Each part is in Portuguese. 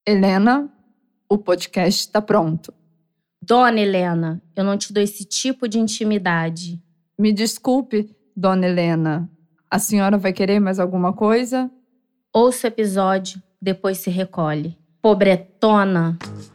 Helena, o podcast está pronto. Dona Helena, eu não te dou esse tipo de intimidade. Me desculpe, Dona Helena. A senhora vai querer mais alguma coisa? Ouça o episódio, depois se recolhe. Pobretona.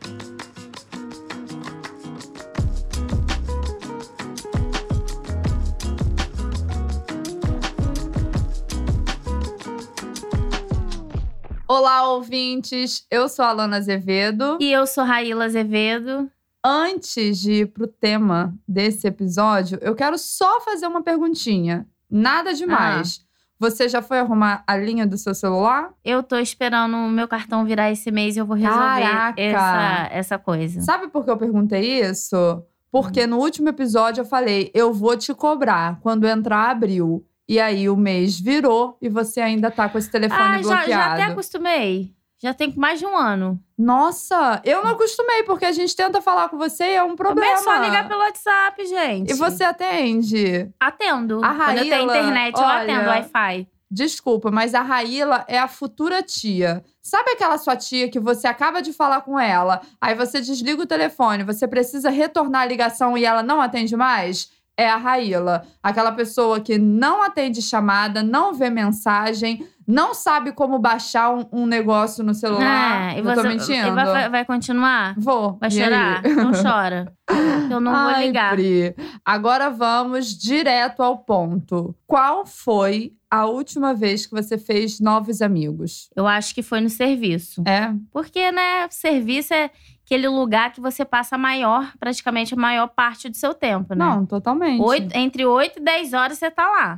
Olá, ouvintes! Eu sou a Alana Azevedo. E eu sou Raíla Azevedo. Antes de ir pro tema desse episódio, eu quero só fazer uma perguntinha. Nada demais. Você já foi arrumar a linha do seu celular? Eu tô esperando o meu cartão virar esse mês e eu vou resolver essa coisa. Sabe por que eu perguntei isso? Porque no último episódio eu falei, eu vou te cobrar quando entrar abril. E aí o mês virou e você ainda tá com esse telefone bloqueado. Já até acostumei. Já tem mais de um ano. Nossa, eu não acostumei, porque a gente tenta falar com você e é um problema. É só ligar pelo WhatsApp, gente. E você atende? Atendo. A Raíla, quando eu tenho internet, eu atendo Wi-Fi. Desculpa, mas a Raíla é a futura tia. Sabe aquela sua tia que você acaba de falar com ela, aí você desliga o telefone, você precisa retornar a ligação e ela não atende mais? É a Raíla. Aquela pessoa que não atende chamada, não vê mensagem, não sabe como baixar um negócio no celular. Eu tô mentindo? E vai continuar? Vou. Vai chorar? Não chora. Eu não vou ligar. Pri. Agora vamos direto ao ponto. Qual foi a última vez que você fez novos amigos? Eu acho que foi no serviço. É? Porque, né, serviço é aquele lugar que você passa praticamente a maior parte do seu tempo, né? Não, totalmente. Entre 8 e 10 horas você tá lá.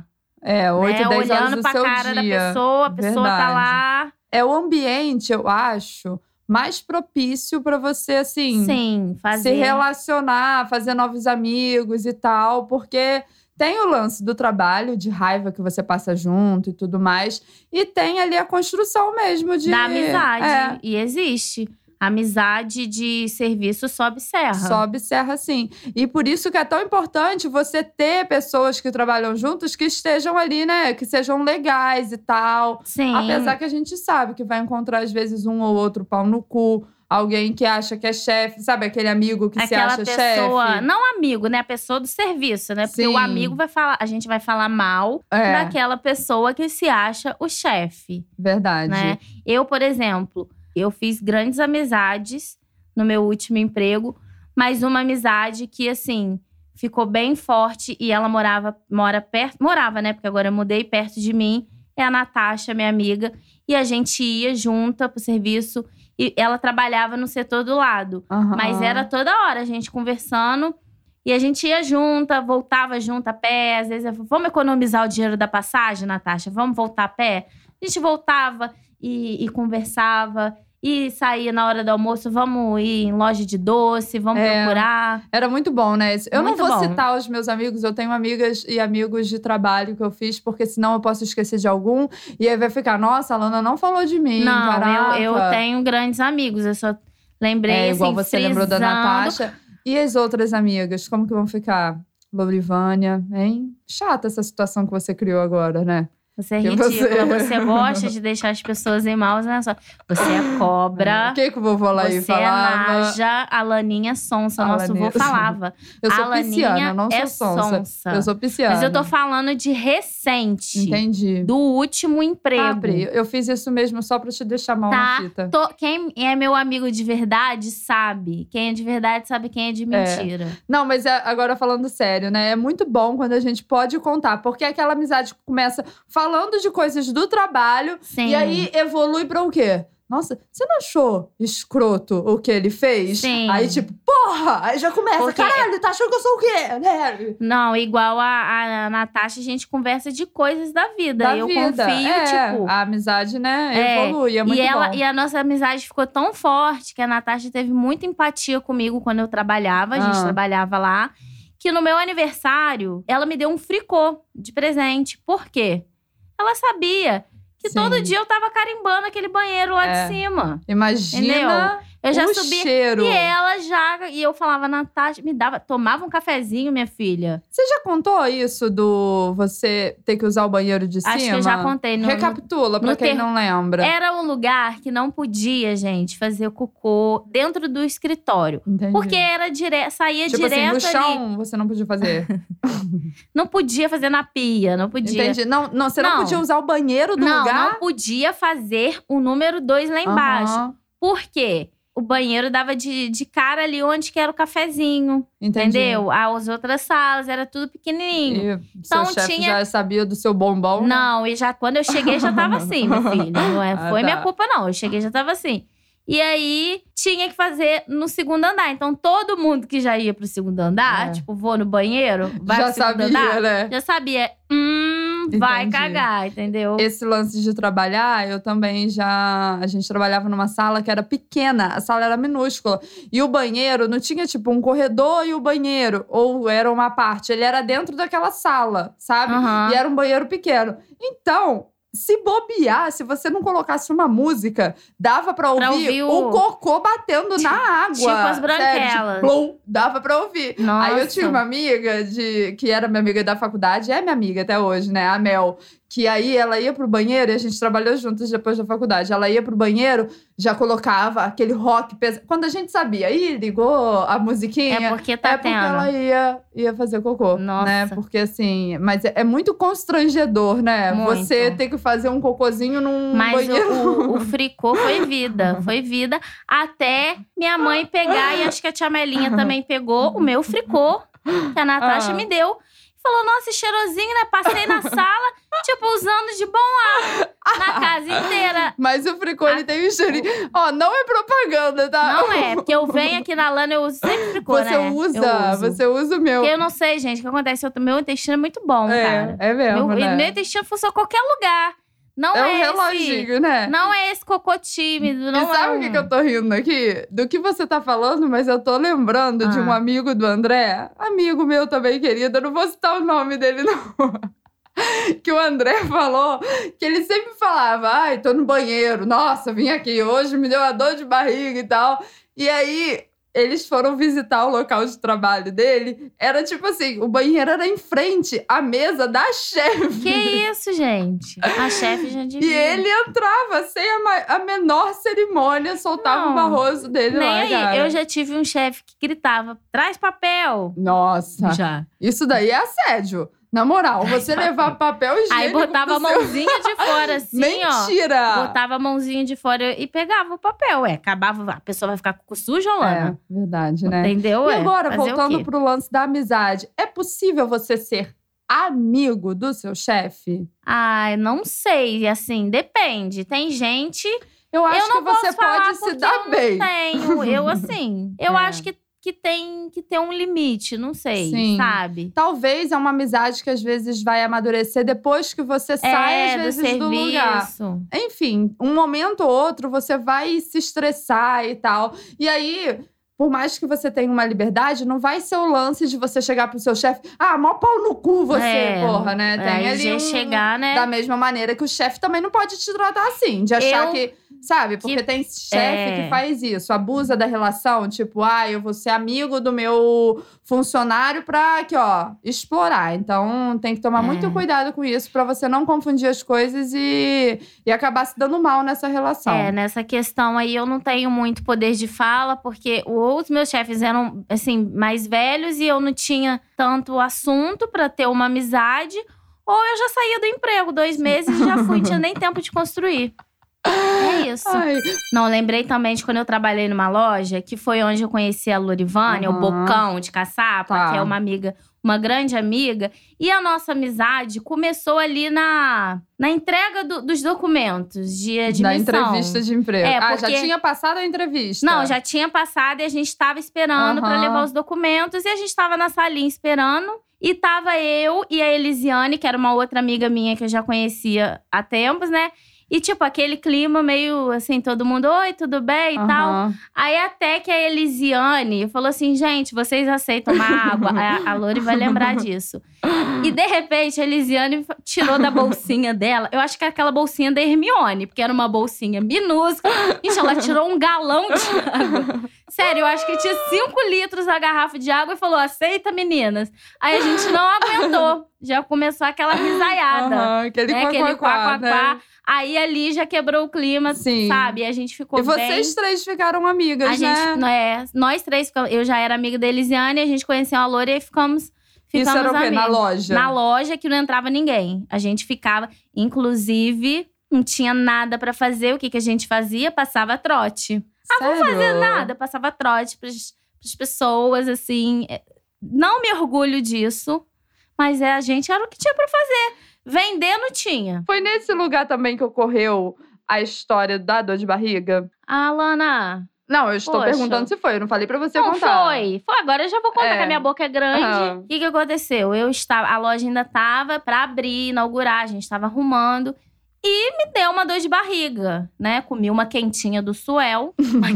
8 e 10 horas do seu dia. Olhando pra cara da pessoa, a pessoa tá lá. É o ambiente, eu acho, mais propício pra você, assim… Sim, fazer… se relacionar, fazer novos amigos e tal. Porque tem o lance do trabalho, de raiva que você passa junto e tudo mais. E tem ali a construção mesmo da amizade. E existe. Amizade de serviço sobe serra. Sobe serra, sim. E por isso que é tão importante você ter pessoas que trabalham juntos que estejam ali, né? Que sejam legais e tal. Sim. Apesar que a gente sabe que vai encontrar, às vezes, um ou outro pau no cu. Alguém que acha que é chefe. Sabe aquele amigo que se acha chefe? Aquela pessoa… Não amigo, né? A pessoa do serviço, né? Porque o amigo vai falar… A gente vai falar mal daquela pessoa que se acha o chefe. Verdade. Né? Eu, por exemplo… Eu fiz grandes amizades no meu último emprego, mas uma amizade que, assim, ficou bem forte e ela morava, né? Porque agora eu mudei perto de mim. É a Natasha, minha amiga. E a gente ia junta pro serviço. E ela trabalhava no setor do lado. Mas era toda hora a gente conversando. E a gente ia junta, voltava junto a pé. Às vezes, vamos economizar o dinheiro da passagem, Natasha? Vamos voltar a pé? A gente voltava e conversava. E saía na hora do almoço, vamos ir em loja de doce, vamos procurar. Era muito bom, né? Eu muito não vou bom. citar os meus amigos, eu tenho amigas e amigos de trabalho que eu fiz, porque senão eu posso esquecer de algum. E aí vai ficar, nossa, a Alana não falou de mim, caraca. Eu tenho grandes amigos, eu só lembrei, igual assim, você lembrou da Natasha. E as outras amigas, como que vão ficar? Lorivânia, hein? Chata essa situação que você criou agora, né? Você é ridícula, você gosta de deixar as pessoas em maus, né? Você é cobra. O que o vovô Laí falava? Você é naja, a Laninha é sonsa. Nosso vô falava. Eu sou pisciana, eu não sou sonsa. Eu sou pisciana. Mas eu tô falando de recente. Entendi. Do último emprego. Pri, eu fiz isso mesmo só pra te deixar mal na fita. Quem é meu amigo de verdade sabe. Quem é de verdade sabe quem é de mentira. Não, mas agora falando sério, né? É muito bom quando a gente pode contar. Porque aquela amizade começa falando de coisas do trabalho. Sim. E aí evolui pra o quê? Nossa, você não achou escroto o que ele fez? Sim. Aí tipo, porra! Aí já começa, caralho, tá achando que eu sou o quê? Né? Não, igual a Natasha, a gente conversa de coisas da vida. Eu confio, tipo… A amizade, né, evolui, é muito bom. E a nossa amizade ficou tão forte que a Natasha teve muita empatia comigo quando eu trabalhava. A gente trabalhava lá. Que no meu aniversário, ela me deu um fricô de presente. Por quê? Ela sabia que todo dia eu tava carimbando aquele banheiro lá de cima. Imagina… Entendeu? Eu já o subia. cheiro. E ela já… E eu falava, Natasha, tomava um cafezinho, minha filha. Você já contou isso do você ter que usar o banheiro de cima? Acho que eu já contei. Recapitula, pra quem não lembra. Era um lugar que não podia, gente, fazer cocô dentro do escritório. Entendi. Porque era saía tipo direto assim, no ali. chão você não podia fazer. Não podia fazer na pia, não podia. Entendi. Não, você não podia usar o banheiro do lugar? Não podia fazer o número 2 lá embaixo. Por quê? O banheiro dava de cara ali onde que era o cafezinho. Entendi. Entendeu? As outras salas, era tudo pequenininho. E seu chefe já sabia do seu bombom? Não, e quando eu cheguei já tava assim, meu filho. Não foi minha culpa, não. Eu cheguei já tava assim. E aí, tinha que fazer no segundo andar. Então, todo mundo que já ia pro segundo andar, tipo, vou no banheiro, vai pro segundo andar. Né? Já sabia, vai cagar, entendeu? Esse lance de trabalhar, eu também já… A gente trabalhava numa sala que era pequena. A sala era minúscula. E o banheiro não tinha, tipo, um corredor e o banheiro. Ou era uma parte. Ele era dentro daquela sala, sabe? E era um banheiro pequeno. Então… Se bobear, se você não colocasse uma música, dava pra ouvir o cocô batendo na água. Tipo as branquelas. Sério, tipo, blum, dava pra ouvir. Nossa. Aí eu tinha uma amiga que era minha amiga da faculdade, é minha amiga até hoje, né? A Mel. Que aí ela ia pro banheiro, e a gente trabalhou juntas depois da faculdade. Ela ia pro banheiro, já colocava aquele rock pesado. Quando a gente sabia, ligou a musiquinha. É porque tá tendo. Ela ia fazer cocô. Nossa. Né? Porque assim, mas é muito constrangedor, né? Muito. Você ter que fazer um cocôzinho num banheiro. Mas o fricô foi vida. Foi vida até minha mãe pegar. E acho que a tia Melinha também pegou o meu fricô, que a Natasha me deu. Falou, nossa, cheirosinho, né? Passei na sala, tipo, usando de bom ar na casa inteira. Mas o fricô, ele tem um cheirinho. Ó, não é propaganda, tá? Não é, porque eu venho aqui na Lana, eu uso sempre fricô, né? Você usa o meu. Porque eu não sei, gente, o que acontece? Meu intestino é muito bom, cara. É mesmo, né? Meu intestino funciona em qualquer lugar. Não é um reloginho, né? Não é esse cocô tímido, não e sabe é o que eu tô rindo aqui? Do que você tá falando, mas eu tô lembrando de um amigo do André. Amigo meu também, querido. Eu não vou citar o nome dele, não. Que o André falou que ele sempre falava, ai, tô no banheiro. Nossa, vim aqui hoje, me deu uma dor de barriga e tal. E aí… Eles foram visitar o local de trabalho dele. Era tipo assim, o banheiro era em frente à mesa da chefe. Que isso, gente? A chefe já devia. E ele entrava sem a menor cerimônia, soltava o barroso dele nem lá, aí. cara. Eu já tive um chefe que gritava, traz papel. Nossa. Já. Isso daí é assédio. Na moral, você levar papel higiênico… Aí botava a mãozinha de fora, assim, Mentira! ó. Botava a mãozinha de fora e pegava o papel. Acabava, a pessoa vai ficar com o sujo, Lana. É, verdade, né? Entendeu? E agora, fazer voltando pro lance da amizade. É possível você ser amigo do seu chefe? Ai, não sei. Assim, depende. Tem gente… Eu acho que você pode se dar bem. Eu assim… Eu acho que tem que ter um limite, não sei, sabe? Talvez é uma amizade que às vezes vai amadurecer depois que você sai, às vezes, do lugar. Enfim, um momento ou outro você vai se estressar e tal. E aí… Por mais que você tenha uma liberdade, não vai ser o lance de você chegar pro seu chefe… mó pau no cu você, porra, né? Tem ali chegar, né? Da mesma maneira que o chefe também não pode te tratar assim. De achar que… Sabe? Porque tem chefe que faz isso. Abusa da relação. Tipo, eu vou ser amigo do meu funcionário pra, aqui, ó, explorar. Então, tem que tomar muito cuidado com isso pra você não confundir as coisas e acabar se dando mal nessa relação. Nessa questão aí eu não tenho muito poder de fala. Porque os meus chefes eram, assim, mais velhos. E eu não tinha tanto assunto pra ter uma amizade. Ou eu já saía do emprego 2 meses e já fui. Não tinha nem tempo de construir. É isso. Não, lembrei também de quando eu trabalhei numa loja, que foi onde eu conheci a Lorivânia, o Bocão de Caçapa, que é uma amiga, uma grande amiga. E a nossa amizade começou ali na entrega dos documentos de admissão. Da entrevista de emprego. Porque… já tinha passado a entrevista? Não, já tinha passado e a gente tava esperando pra levar os documentos. E a gente tava na salinha esperando. E tava eu e a Elisiane, que era uma outra amiga minha que eu já conhecia há tempos, né? E, tipo, aquele clima meio assim, todo mundo… Oi, tudo bem e tal. Aí até que a Elisiane falou assim… Gente, vocês aceitam uma água? A Lori vai lembrar disso. E de repente, a Elisiane tirou da bolsinha dela. Eu acho que era aquela bolsinha da Hermione, porque era uma bolsinha minúscula. Gente, ela tirou um galão de água. Sério, eu acho que tinha 5 litros na garrafa de água e falou: aceita, meninas. Aí a gente não aguentou. Já começou aquela risaiada. Aquele né? Aquele quá. né? Aí ali já quebrou o clima, Sim. sabe? E a gente ficou bem… E vocês 3 ficaram amigas, né? Nós 3, eu já era amiga da Elisiane, a gente conheceu a Lore e ficamos Isso era o quê? amigos. Na loja? Na loja que não entrava ninguém. A gente ficava… Inclusive, não tinha nada pra fazer. O que a gente fazia? Passava trote. Sério? Não fazia nada. Passava trote pras pessoas, assim. Não me orgulho disso. Mas a gente era o que tinha pra fazer. Vender não tinha. Foi nesse lugar também que ocorreu a história da dor de barriga? Ah, Lana… Não, eu estou Poxa. perguntando se foi. Eu não falei pra você Não, contar. foi. Agora eu já vou contar, que a minha boca é grande. O que aconteceu? A loja ainda tava pra abrir, inaugurar. A gente tava arrumando. E me deu uma dor de barriga, né? Comi uma quentinha do Suel.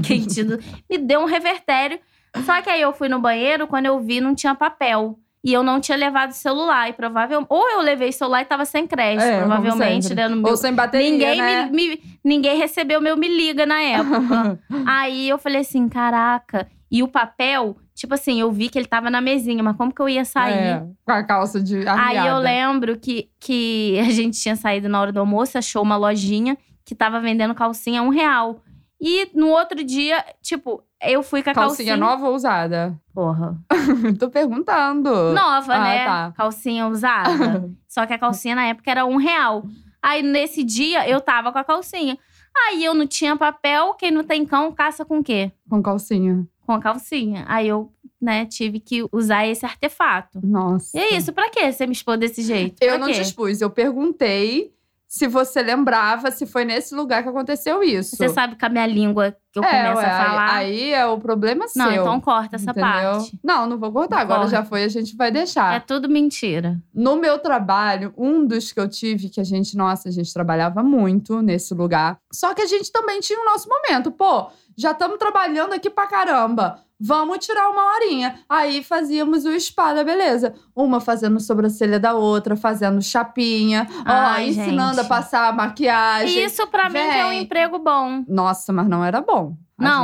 Me deu um revertério. Só que aí eu fui no banheiro, quando eu vi, não tinha papel. E eu não tinha levado o celular. E provavelmente… Ou eu levei o celular e tava sem crédito. Provavelmente, né? Ou sem bateria, Ninguém recebeu meu Me Liga na época. Aí eu falei assim, caraca. E o papel… Tipo assim, eu vi que ele tava na mesinha. Mas como que eu ia sair? Com a calça de arreada. Aí eu lembro que a gente tinha saído na hora do almoço. Achou uma lojinha que tava vendendo calcinha a R$1. E no outro dia, tipo… Eu fui com a calcinha… nova ou usada? Porra. Tô perguntando. Nova, né? Tá. Calcinha usada. Só que a calcinha na época era R$1. Aí nesse dia, eu tava com a calcinha. Aí eu não tinha papel. Quem não tem cão, caça com o quê? Com calcinha. Com a calcinha. Aí eu, né, tive que usar esse artefato. Nossa. E é isso, pra quê você me expôs desse jeito? Eu não te expus. Eu perguntei se você lembrava, se foi nesse lugar que aconteceu isso. Você sabe que a minha língua, que eu começo a falar… Aí é o problema seu. Não, então corta essa entendeu? parte. Não vou cortar. Agora já foi, a gente vai deixar. É tudo mentira. No meu trabalho, um dos que eu tive, que a gente trabalhava muito nesse lugar. Só que a gente também tinha o nosso momento. Pô, já estamos trabalhando aqui pra caramba. Vamos tirar uma horinha. Aí fazíamos o spa da beleza. Uma fazendo sobrancelha da outra, fazendo chapinha. Ensinando a passar a maquiagem. Isso pra mim que é um emprego bom. Nossa, mas não era bom.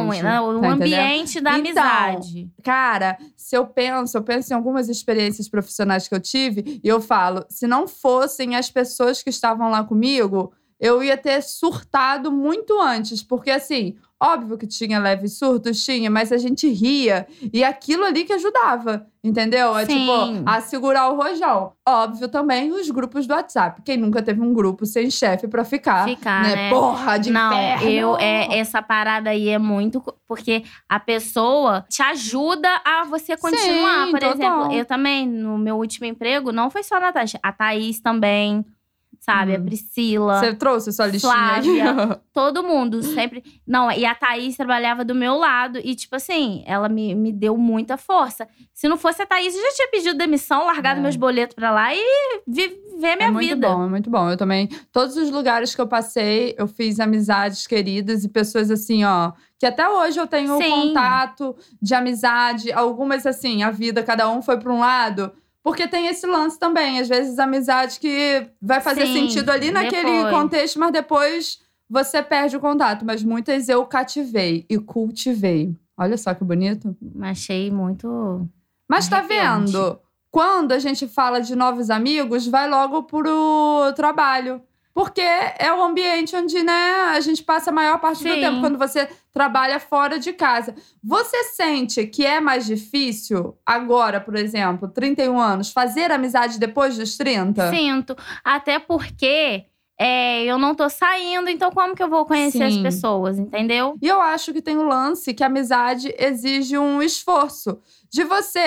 O ambiente da amizade. Cara, se eu penso em algumas experiências profissionais que eu tive. E eu falo, se não fossem as pessoas que estavam lá comigo… Eu ia ter surtado muito antes. Porque assim… Óbvio que tinha leves surtos, mas a gente ria. E aquilo ali que ajudava, entendeu? Sim. A segurar o rojão. Óbvio também os grupos do WhatsApp. Quem nunca teve um grupo sem chefe pra ficar né? Porra de inferno! Essa parada aí é muito… Porque a pessoa te ajuda a você continuar. Sim, por total. exemplo, eu também, no meu último emprego, não foi só a Natasha. A Thaís também… Sabe? A Priscila. Você trouxe sua listinha Flávia. Todo mundo sempre… Não, e a Thaís trabalhava do meu lado. E tipo assim, ela me deu muita força. Se não fosse a Thaís, eu já tinha pedido demissão, largado meus boletos pra lá e viver a minha vida. É muito bom. Eu também… Todos os lugares que eu passei, eu fiz amizades queridas. E pessoas assim, ó… Que até hoje eu tenho contato de amizade. Algumas assim, a vida, cada um foi pra um lado… Porque tem esse lance também. Às vezes, amizade que vai fazer sentido ali naquele contexto, mas depois você perde o contato. Mas muitas eu cativei e cultivei. Olha só que bonito. Achei muito… Mas tá vendo? Quando a gente fala de novos amigos, vai logo pro trabalho. Porque é o ambiente onde, né, a gente passa a maior parte do tempo. Quando você trabalha fora de casa. Você sente que é mais difícil agora, por exemplo, 31 anos, fazer amizade depois dos 30? Sinto. Até porque… eu não tô saindo, então como que eu vou conhecer as pessoas, entendeu? E eu acho que tem o lance que a amizade exige um esforço de você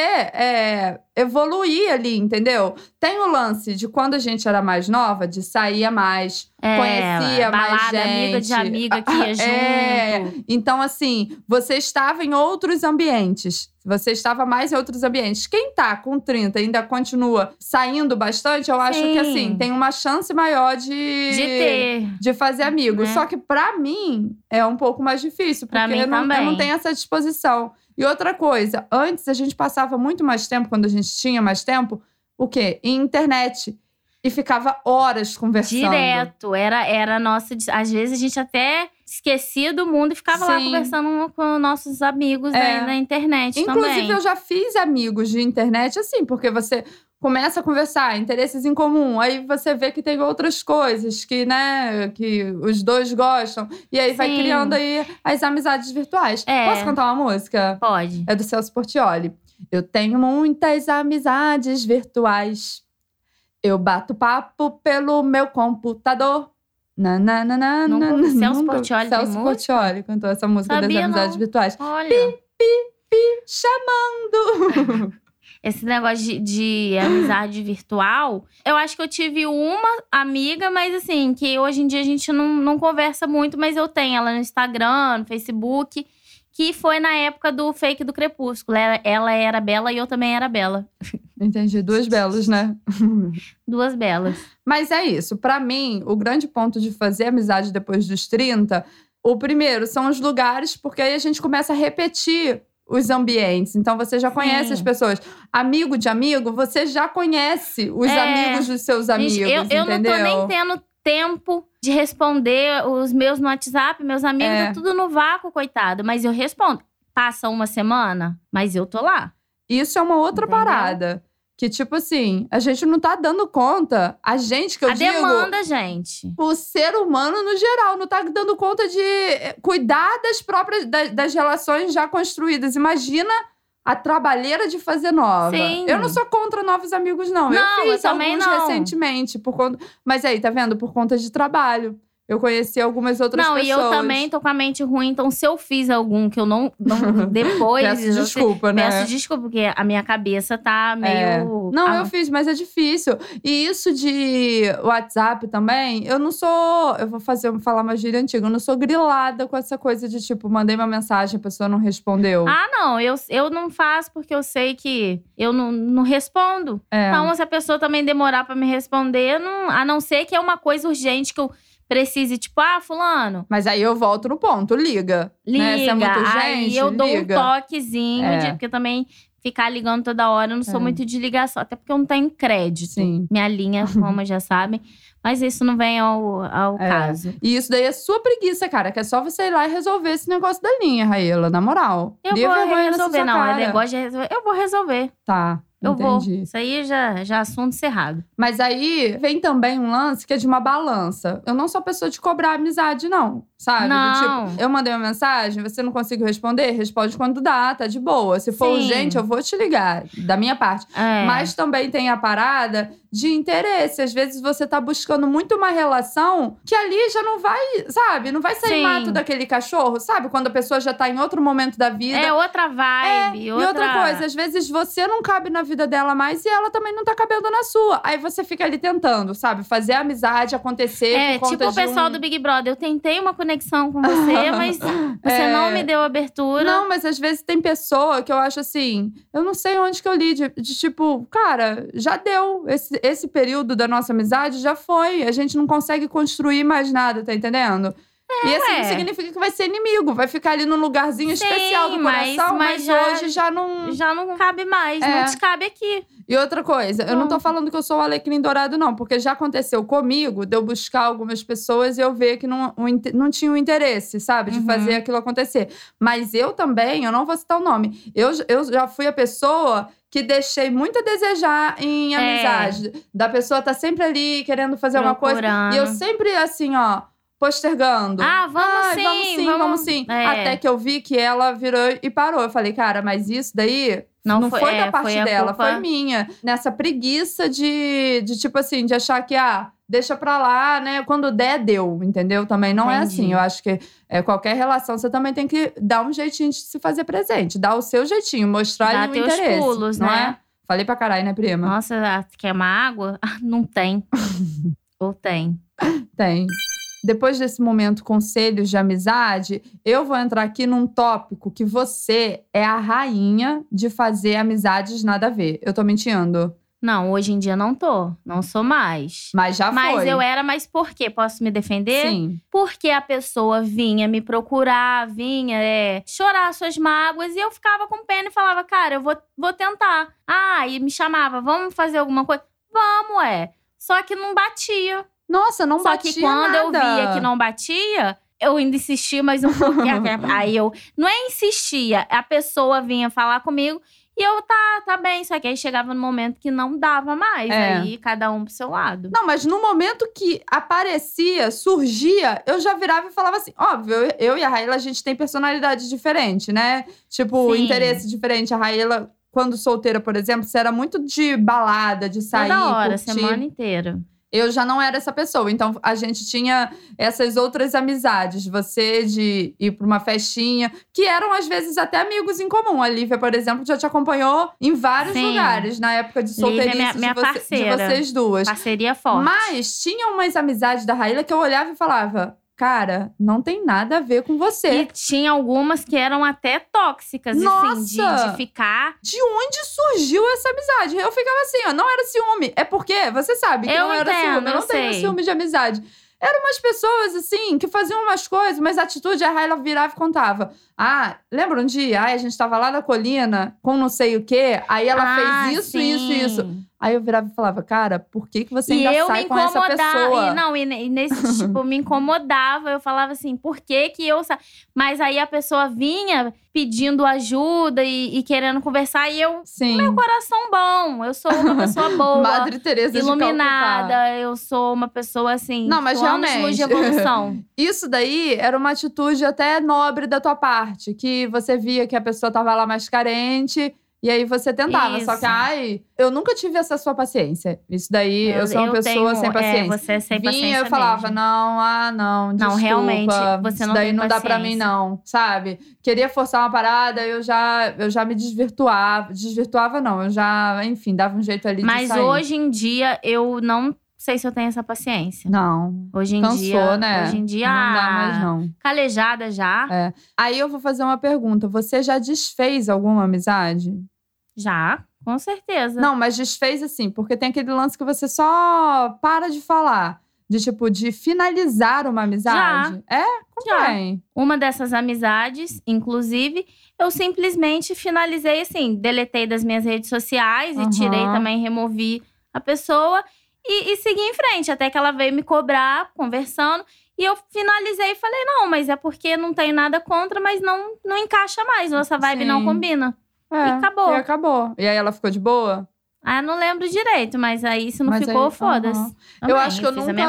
evoluir ali, entendeu? Tem o lance de quando a gente era mais nova, de sair mais, conhecia mais gente. Amiga de amiga que ia junto. Então, assim, você estava em outros ambientes. Você estava mais em outros ambientes. Quem tá com 30 e ainda continua saindo bastante, eu acho que, assim, tem uma chance maior de fazer amigos. Só que, pra mim, é um pouco mais difícil. Porque eu não tenho essa disposição. E outra coisa, antes a gente passava muito mais tempo, quando a gente tinha mais tempo, o quê? Em internet. E ficava horas conversando. Direto. Era a nossa… Às vezes a gente até esquecia do mundo e ficava lá conversando com nossos amigos na internet também. Inclusive, eu já fiz amigos de internet assim, porque você começa a conversar, interesses em comum. Aí você vê que tem outras coisas que, né, que os dois gostam. E aí vai criando aí as amizades virtuais. Posso cantar uma música? Pode. É do Celso Portiolli. Eu tenho muitas amizades virtuais. Eu bato papo pelo meu computador. Celso Portiolli tem Celso Portiolli cantou essa música das amizades virtuais. Olha. Pi, chamando. Esse negócio de amizade virtual, eu acho que eu tive uma amiga, mas assim, que hoje em dia a gente não conversa muito, mas eu tenho ela no Instagram, no Facebook, que foi na época do fake do Crepúsculo. Ela era bela e eu também era bela. Entendi. Duas belas, né? Duas belas. Mas é isso. Pra mim, o grande ponto de fazer amizade depois dos 30, o primeiro são os lugares, porque aí a gente começa a repetir os ambientes. Então, você já conhece as pessoas. Amigo de amigo, você já conhece os amigos dos seus amigos, gente, eu entendeu? não tô nem tendo tempo de responder os meus no WhatsApp. Meus amigos, tá tudo no vácuo, coitado. Mas eu respondo. Passa uma semana, mas eu tô lá. Isso é uma outra parada. Que, tipo assim, a gente não tá dando conta. A gente, que eu digo… A demanda, gente. O ser humano, no geral, não tá dando conta de cuidar das próprias… das relações já construídas. Imagina a trabalheira de fazer nova. Sim. Eu não sou contra novos amigos, não. Eu fiz alguns recentemente. Mas aí, tá vendo? Por conta de trabalho. Eu conheci algumas outras pessoas. Não, e eu também tô com a mente ruim. Então, se eu fiz algum que eu não depois… Peço desculpa, né? Peço desculpa, porque a minha cabeça tá meio… Não, eu fiz, mas é difícil. E isso de WhatsApp também, eu não sou… Eu vou falar uma gíria antiga. Eu não sou grilada com essa coisa de, tipo, mandei uma mensagem, a pessoa não respondeu. Ah, não. Eu não faço porque eu sei que eu não respondo. Então, se a pessoa também demorar pra me responder, a não ser que é uma coisa urgente que eu… precise, tipo, fulano. Mas aí eu volto no ponto, liga. Liga, né? Se é muito urgente, aí eu dou um toquezinho, É. porque também ficar ligando toda hora, eu não sou muito de ligação. Até porque eu não tenho crédito. Sim. Minha linha, como já sabem. Mas isso não vem ao caso. E isso daí é sua preguiça, cara. Que é só você ir lá e resolver esse negócio da linha, Raíla. Na moral. Eu Dê vou vergonha nessa resolver, sua não. cara. É negócio de resolver. Eu vou resolver. Tá. Eu Entendi. vou. Isso aí já é assunto cerrado. Mas aí vem também um lance que é de uma balança. Eu não sou pessoa de cobrar amizade, não. Sabe? Não. Do tipo, eu mandei uma mensagem, você não conseguiu responder? Responde quando dá, tá de boa. Se for Sim. urgente, eu vou te ligar. Da minha parte. É. Mas também tem a parada de interesse. Às vezes você tá buscando muito uma relação que ali já não vai, sabe? Não vai sair Sim. mato daquele cachorro, sabe? Quando a pessoa já tá em outro momento da vida. É outra vibe. E outra coisa, às vezes você não cabe na vida dela mais e ela também não tá cabendo na sua. Aí você fica ali tentando, sabe? Fazer a amizade acontecer por conta tipo o pessoal do Big Brother. Eu tentei uma conexão com você, mas você não me deu abertura. Não, mas às vezes tem pessoa que eu acho assim… Eu não sei onde que eu li, de tipo… Cara, já deu. Esse período da nossa amizade já foi. A gente não consegue construir mais nada, tá entendendo? E assim não significa que vai ser inimigo. Vai ficar ali num lugarzinho especial do coração, mas hoje já não… Já não cabe mais, não te cabe aqui. E outra coisa, eu não tô falando que eu sou o alecrim dourado, não. Porque já aconteceu comigo de eu buscar algumas pessoas e eu ver que não tinha o interesse, sabe? De fazer aquilo acontecer. Mas eu também, eu não vou citar o nome. Eu já fui a pessoa que deixei muito a desejar em amizade. Da pessoa tá sempre ali, querendo fazer alguma coisa. E eu sempre, assim, ó… postergando. Vamos sim. Até que eu vi que ela virou e parou. Eu falei, cara, mas isso daí… Não foi da parte dela, foi minha. Nessa preguiça de tipo assim, de achar que, deixa pra lá, né? Quando der, deu, entendeu? Também não é assim. Eu acho que qualquer relação, você também tem que dar um jeitinho de se fazer presente. Dar o seu jeitinho, mostrar ali o interesse. Dá teus pulos, não né? Falei pra caralho, né, prima? Nossa, quer uma água? Não tem. Ou tem? Tem. Depois desse momento conselhos de amizade, eu vou entrar aqui num tópico que você é a rainha de fazer amizades nada a ver. Eu tô mentindo? Não, hoje em dia não tô. Não sou mais. Mas já foi. Mas eu era, mas por quê? Posso me defender? Sim. Porque a pessoa vinha me procurar, vinha chorar suas mágoas. E eu ficava com pena e falava, cara, eu vou tentar. E me chamava, vamos fazer alguma coisa? Vamos, Só que não batia. Nossa, não batia Só que quando nada. eu via que não batia, eu ainda insistia mais um pouquinho. Aí eu, não insistia, a pessoa vinha falar comigo. E eu, tá bem. Só que aí chegava no momento que não dava mais. Aí cada um pro seu lado. Não, mas no momento que aparecia, surgia, eu já virava e falava assim… Óbvio, eu e a Raíla, a gente tem personalidade diferente, né? Tipo, Sim. interesse diferente. A Raíla, quando solteira, por exemplo, você era muito de balada, de sair, Toda hora, curtir. semana inteira. Eu já não era essa pessoa. Então, a gente tinha essas outras amizades. Você de ir pra uma festinha, que eram, às vezes, até amigos em comum. A Lívia, por exemplo, já te acompanhou em vários lugares. Na época de solteirice Lívia é minha de vocês duas. Parceria forte. Mas tinha umas amizades da Raíla que eu olhava e falava… Cara, não tem nada a ver com você. E tinha algumas que eram até tóxicas, Nossa! assim, de ficar… De onde surgiu essa amizade? Eu ficava assim, não era ciúme. É porque, você sabe que Eu não era entendo, ciúme. Eu não tenho ciúme de amizade. Eram umas pessoas, assim, que faziam umas coisas, mas a atitude, a Raíla virava e contava. Lembra um dia? A gente tava lá na colina com não sei o quê. Aí ela fez isso, sim. isso. Aí eu virava e falava, cara, por que você ainda sai com essa pessoa? E nesse tipo, me incomodava. Eu falava assim, por que eu saio? Mas aí a pessoa vinha pedindo ajuda e querendo conversar. E eu, meu coração bom. Eu sou uma pessoa boa. Madre Teresa iluminada. de Calcutá. Eu sou uma pessoa assim… Não, mas realmente, luz de evolução. Isso daí era uma atitude até nobre da tua parte. Que você via que a pessoa tava lá mais carente… E aí você tentava, Isso. só que, eu nunca tive essa sua paciência. Isso daí, eu sou uma pessoa sem paciência. Você é sem paciência Vinha, eu falava, mesmo. não, desculpa. Não, realmente, você não isso daí tem não dá pra paciência. mim não, sabe? Queria forçar uma parada, eu já me desvirtuava. Desvirtuava não, eu já, enfim, dava um jeito ali de sair. Mas hoje em dia, eu não sei se eu tenho essa paciência. Não. Hoje em Cansou, dia, né? Hoje em dia, não dá mais não. Calejada já. Aí eu vou fazer uma pergunta. Você já desfez alguma amizade? Já, com certeza. Não, mas desfez assim, porque tem aquele lance que você só para de falar. De finalizar uma amizade. Com quem? Uma dessas amizades, inclusive, eu simplesmente finalizei assim. Deletei das minhas redes sociais e tirei também, removi a pessoa. E segui em frente, até que ela veio me cobrar, conversando. E eu finalizei e falei, não, mas é porque não tem nada contra, mas não encaixa mais. Nossa vibe não combina. E acabou. E acabou. E aí ela ficou de boa? Não lembro direito, mas aí se não ficou, foda-se. Eu acho que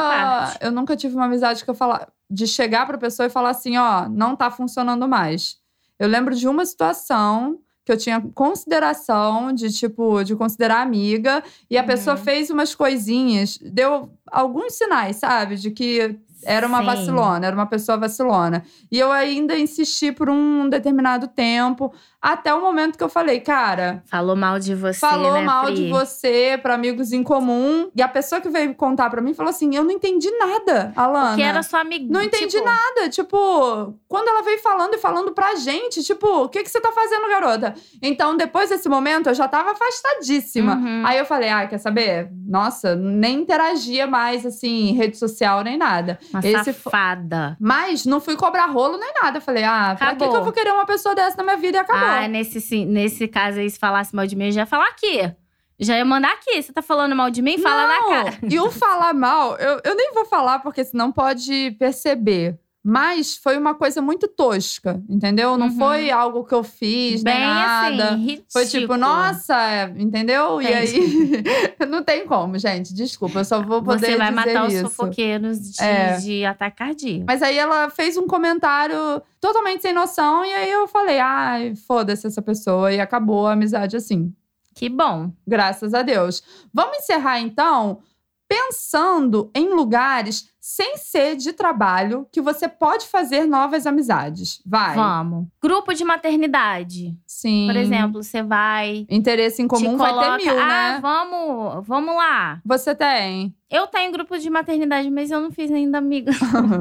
eu nunca tive uma amizade que eu falar de chegar pra pessoa e falar assim, ó, não tá funcionando mais. Eu lembro de uma situação que eu tinha consideração de considerar amiga. E a pessoa fez umas coisinhas, deu alguns sinais, sabe? De que era uma vacilona, era uma pessoa vacilona. E eu ainda insisti por um determinado tempo, até o momento que eu falei, cara… Falou mal de você, Falou né, mal Pri? de você pra amigos em comum. E a pessoa que veio contar pra mim falou assim, eu não entendi nada, Alana. Porque era sua amiga. Não entendi nada. Quando ela veio falando pra gente, o que você tá fazendo, garota? Então, depois desse momento, eu já tava afastadíssima. Aí eu falei, quer saber? Nossa, nem interagia mais, assim, em rede social, nem nada. Uma safada. Mas não fui cobrar rolo nem nada. Eu falei, pra que eu vou querer uma pessoa dessa na minha vida? E acabou. Nesse caso aí, se falasse mal de mim, eu já ia falar aqui. Já ia mandar aqui. Você tá falando mal de mim? Fala na cara. E o falar mal, eu nem vou falar, porque senão pode perceber. Mas foi uma coisa muito tosca, entendeu? Não foi algo que eu fiz, nem nada. Assim, ridículo. Foi tipo, nossa, entendeu? E aí, não tem como, gente. Desculpa, eu só vou poder dizer isso. Você vai matar os fofoqueiros de ataque cardíaco. Mas aí ela fez um comentário totalmente sem noção. E aí eu falei, foda-se essa pessoa. E acabou a amizade assim. Que bom. Graças a Deus. Vamos encerrar, então, pensando em lugares sem ser de trabalho que você pode fazer novas amizades. Vai. Vamos. Grupo de maternidade. Sim. Por exemplo, você vai… Interesse em comum vai ter 1000, né? Vamos lá. Você tem? Eu tenho grupo de maternidade, mas eu não fiz ainda amiga.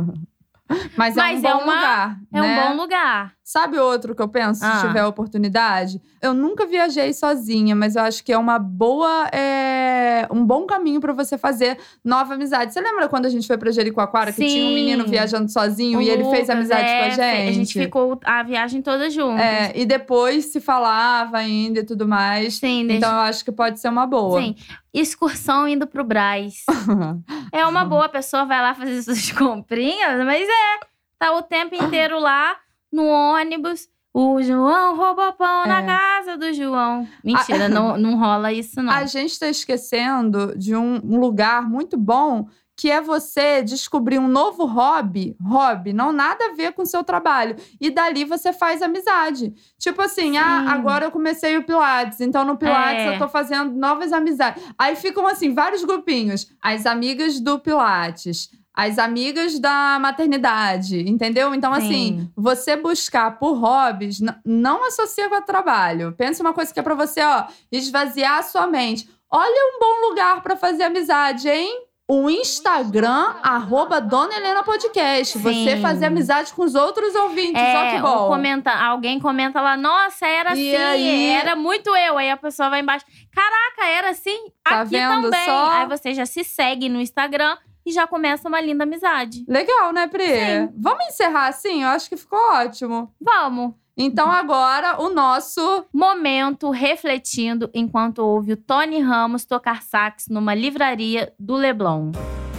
Mas é um bom lugar, É né? um bom lugar. Sabe outro que eu penso, se tiver oportunidade? Eu nunca viajei sozinha, mas eu acho que é uma boa é um bom caminho pra você fazer nova amizade. Você lembra quando a gente foi pra Jericoacoara, que tinha um menino viajando sozinho e ele fez amizade com a gente? A gente ficou a viagem toda juntos. E depois se falava ainda e tudo mais. Sim, então eu acho que pode ser uma boa. Sim. Excursão indo pro Brás. É uma boa, a pessoa vai lá fazer suas comprinhas, mas tá o tempo inteiro lá no ônibus. O João roubou pão na casa do João. Mentira, não rola isso, não. A gente tá esquecendo de um lugar muito bom, que é você descobrir um novo hobby, não nada a ver com o seu trabalho. E dali você faz amizade. Tipo assim, agora eu comecei o Pilates. Então no Pilates eu tô fazendo novas amizades. Aí ficam assim, vários grupinhos. As amigas do Pilates. As amigas da maternidade, entendeu? Então, assim, você buscar por hobbies não associa com o trabalho. Pensa uma coisa que é pra você, esvaziar a sua mente. Olha um bom lugar pra fazer amizade, hein? O Instagram, @Dona Helena Podcast. Você fazer amizade com os outros ouvintes, ó que bom. Alguém comenta lá, nossa, era assim, era muito eu. Aí a pessoa vai embaixo, caraca, era assim? Tá aqui vendo também. só? Aí você já se segue no Instagram e já começa uma linda amizade. Legal, né, Pri? Sim. Vamos encerrar assim? Eu acho que ficou ótimo. Vamos. Então agora, o nosso… Momento refletindo enquanto ouve o Tony Ramos tocar sax numa livraria do Leblon.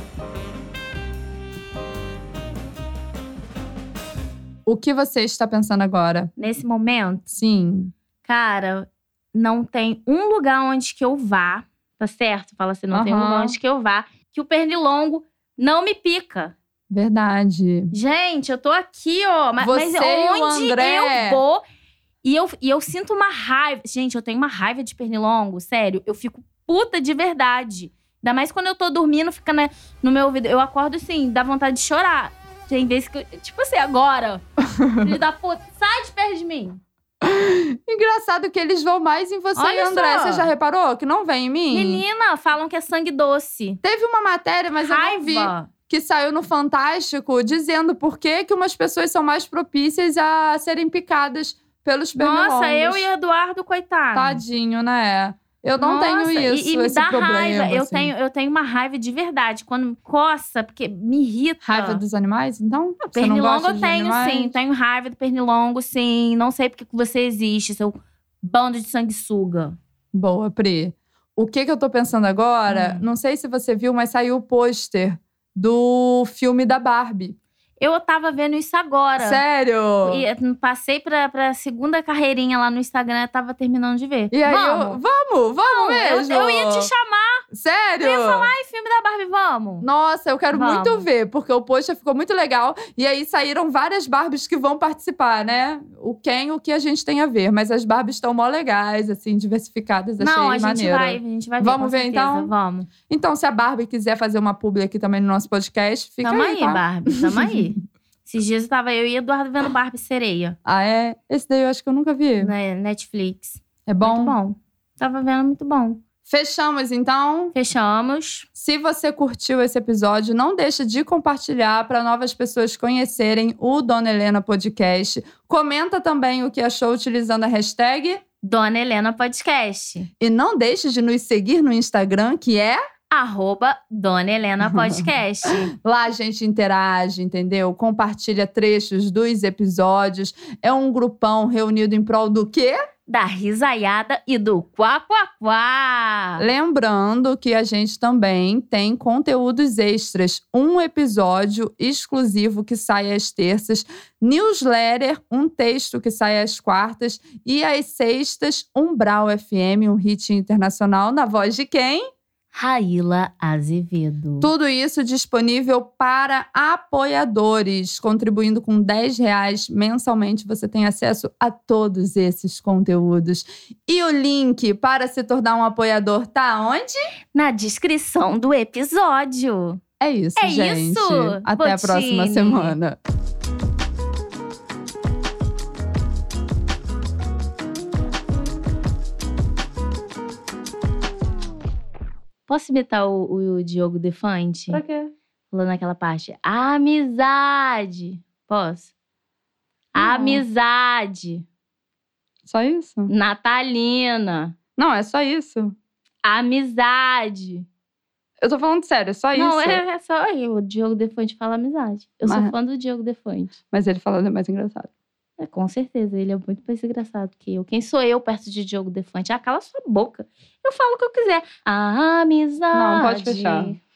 O que você está pensando agora? Nesse momento, Sim. cara, não tem um lugar onde que eu vá, tá certo? Fala assim, não tem um lugar onde que eu vá, que o pernilongo não me pica. Verdade. Gente, eu tô aqui, ó. Mas Você e o onde André. eu vou… E eu sinto uma raiva. Gente, eu tenho uma raiva de pernilongo, sério. Eu fico puta de verdade. Ainda mais quando eu tô dormindo, fica no meu ouvido. Eu acordo assim, dá vontade de chorar. Tem vezes que eu… Tipo assim, agora. Filho da puta, sai de perto de mim. Engraçado que eles vão mais em você Olha e André. só. Você já reparou que não vem em mim? Menina, falam que é sangue doce. Teve uma matéria, mas eu não vi, que saiu no Fantástico, dizendo por que umas pessoas são mais propícias a serem picadas pelos pernilongos. Nossa, eu e Eduardo, coitado. Tadinho, né? Eu não tenho isso, e me esse dá problema. raiva. Assim. Eu tenho uma raiva de verdade. Quando me coça, porque me irrita. Raiva dos animais, então? Você Pernilongo não gosta eu de tenho, animais? sim. Tenho raiva do pernilongo, sim. Não sei porque você existe, seu bando de sanguessuga. Boa, Pri. O que eu tô pensando agora, não sei se você viu, mas saiu o pôster do filme da Barbie. Eu tava vendo isso agora. Sério? E passei pra segunda carreirinha lá no Instagram, eu tava terminando de ver. E aí vamos mesmo? Eu ia te chamar. Sério? Eu ia falar, ai, filme da Barbie, vamos. Nossa, eu quero Vamos. muito ver, porque o post ficou muito legal. E aí saíram várias Barbies que vão participar, né? O que a gente tem a ver. Mas as Barbies estão mó legais, assim, diversificadas. Achei Não, a gente maneiro. vai ver. Vamos com ver, certeza. então? Vamos. Então, se a Barbie quiser fazer uma publi aqui também no nosso podcast, fica Tamo aí, aí, tá? Barbie, tamo aí. Esses dias eu e Eduardo vendo Barbie Sereia. Ah, é? Esse daí eu acho que eu nunca vi. Na Netflix. É bom? Muito bom. Tava vendo, muito bom. Fechamos, então. Fechamos. Se você curtiu esse episódio, não deixe de compartilhar para novas pessoas conhecerem o Dona Helena Podcast. Comenta também o que achou utilizando a hashtag Dona Helena Podcast. E não deixe de nos seguir no Instagram, que é… @Dona Helena Podcast. Lá a gente interage, entendeu? Compartilha trechos dos episódios. É um grupão reunido em prol do quê? Da risaiada e do quá. Lembrando que a gente também tem conteúdos extras. Um episódio exclusivo que sai às terças. Newsletter, um texto que sai às quartas. E às sextas, Umbral FM, um hit internacional na voz de quem? Raíla Azevedo. Tudo isso disponível para apoiadores. Contribuindo com R$10 mensalmente, você tem acesso a todos esses conteúdos. E o link para se tornar um apoiador tá onde? Na descrição do episódio. É isso, gente. Isso, Até a próxima Botini. semana. Posso imitar o Diogo Defante? Pra quê? Falando naquela parte. Amizade. Posso? Não. Amizade. Só isso? Natalina. Não, é só isso. Amizade. Eu tô falando sério, é só isso. Não, é só eu. O Diogo Defante fala amizade. Eu sou fã do Diogo Defante. Mas ele falando é mais engraçado. Com certeza, ele é muito mais engraçado que eu. Quem sou eu perto de Diogo Defante? Cala sua boca. Eu falo o que eu quiser. A amizade. Não, pode fechar.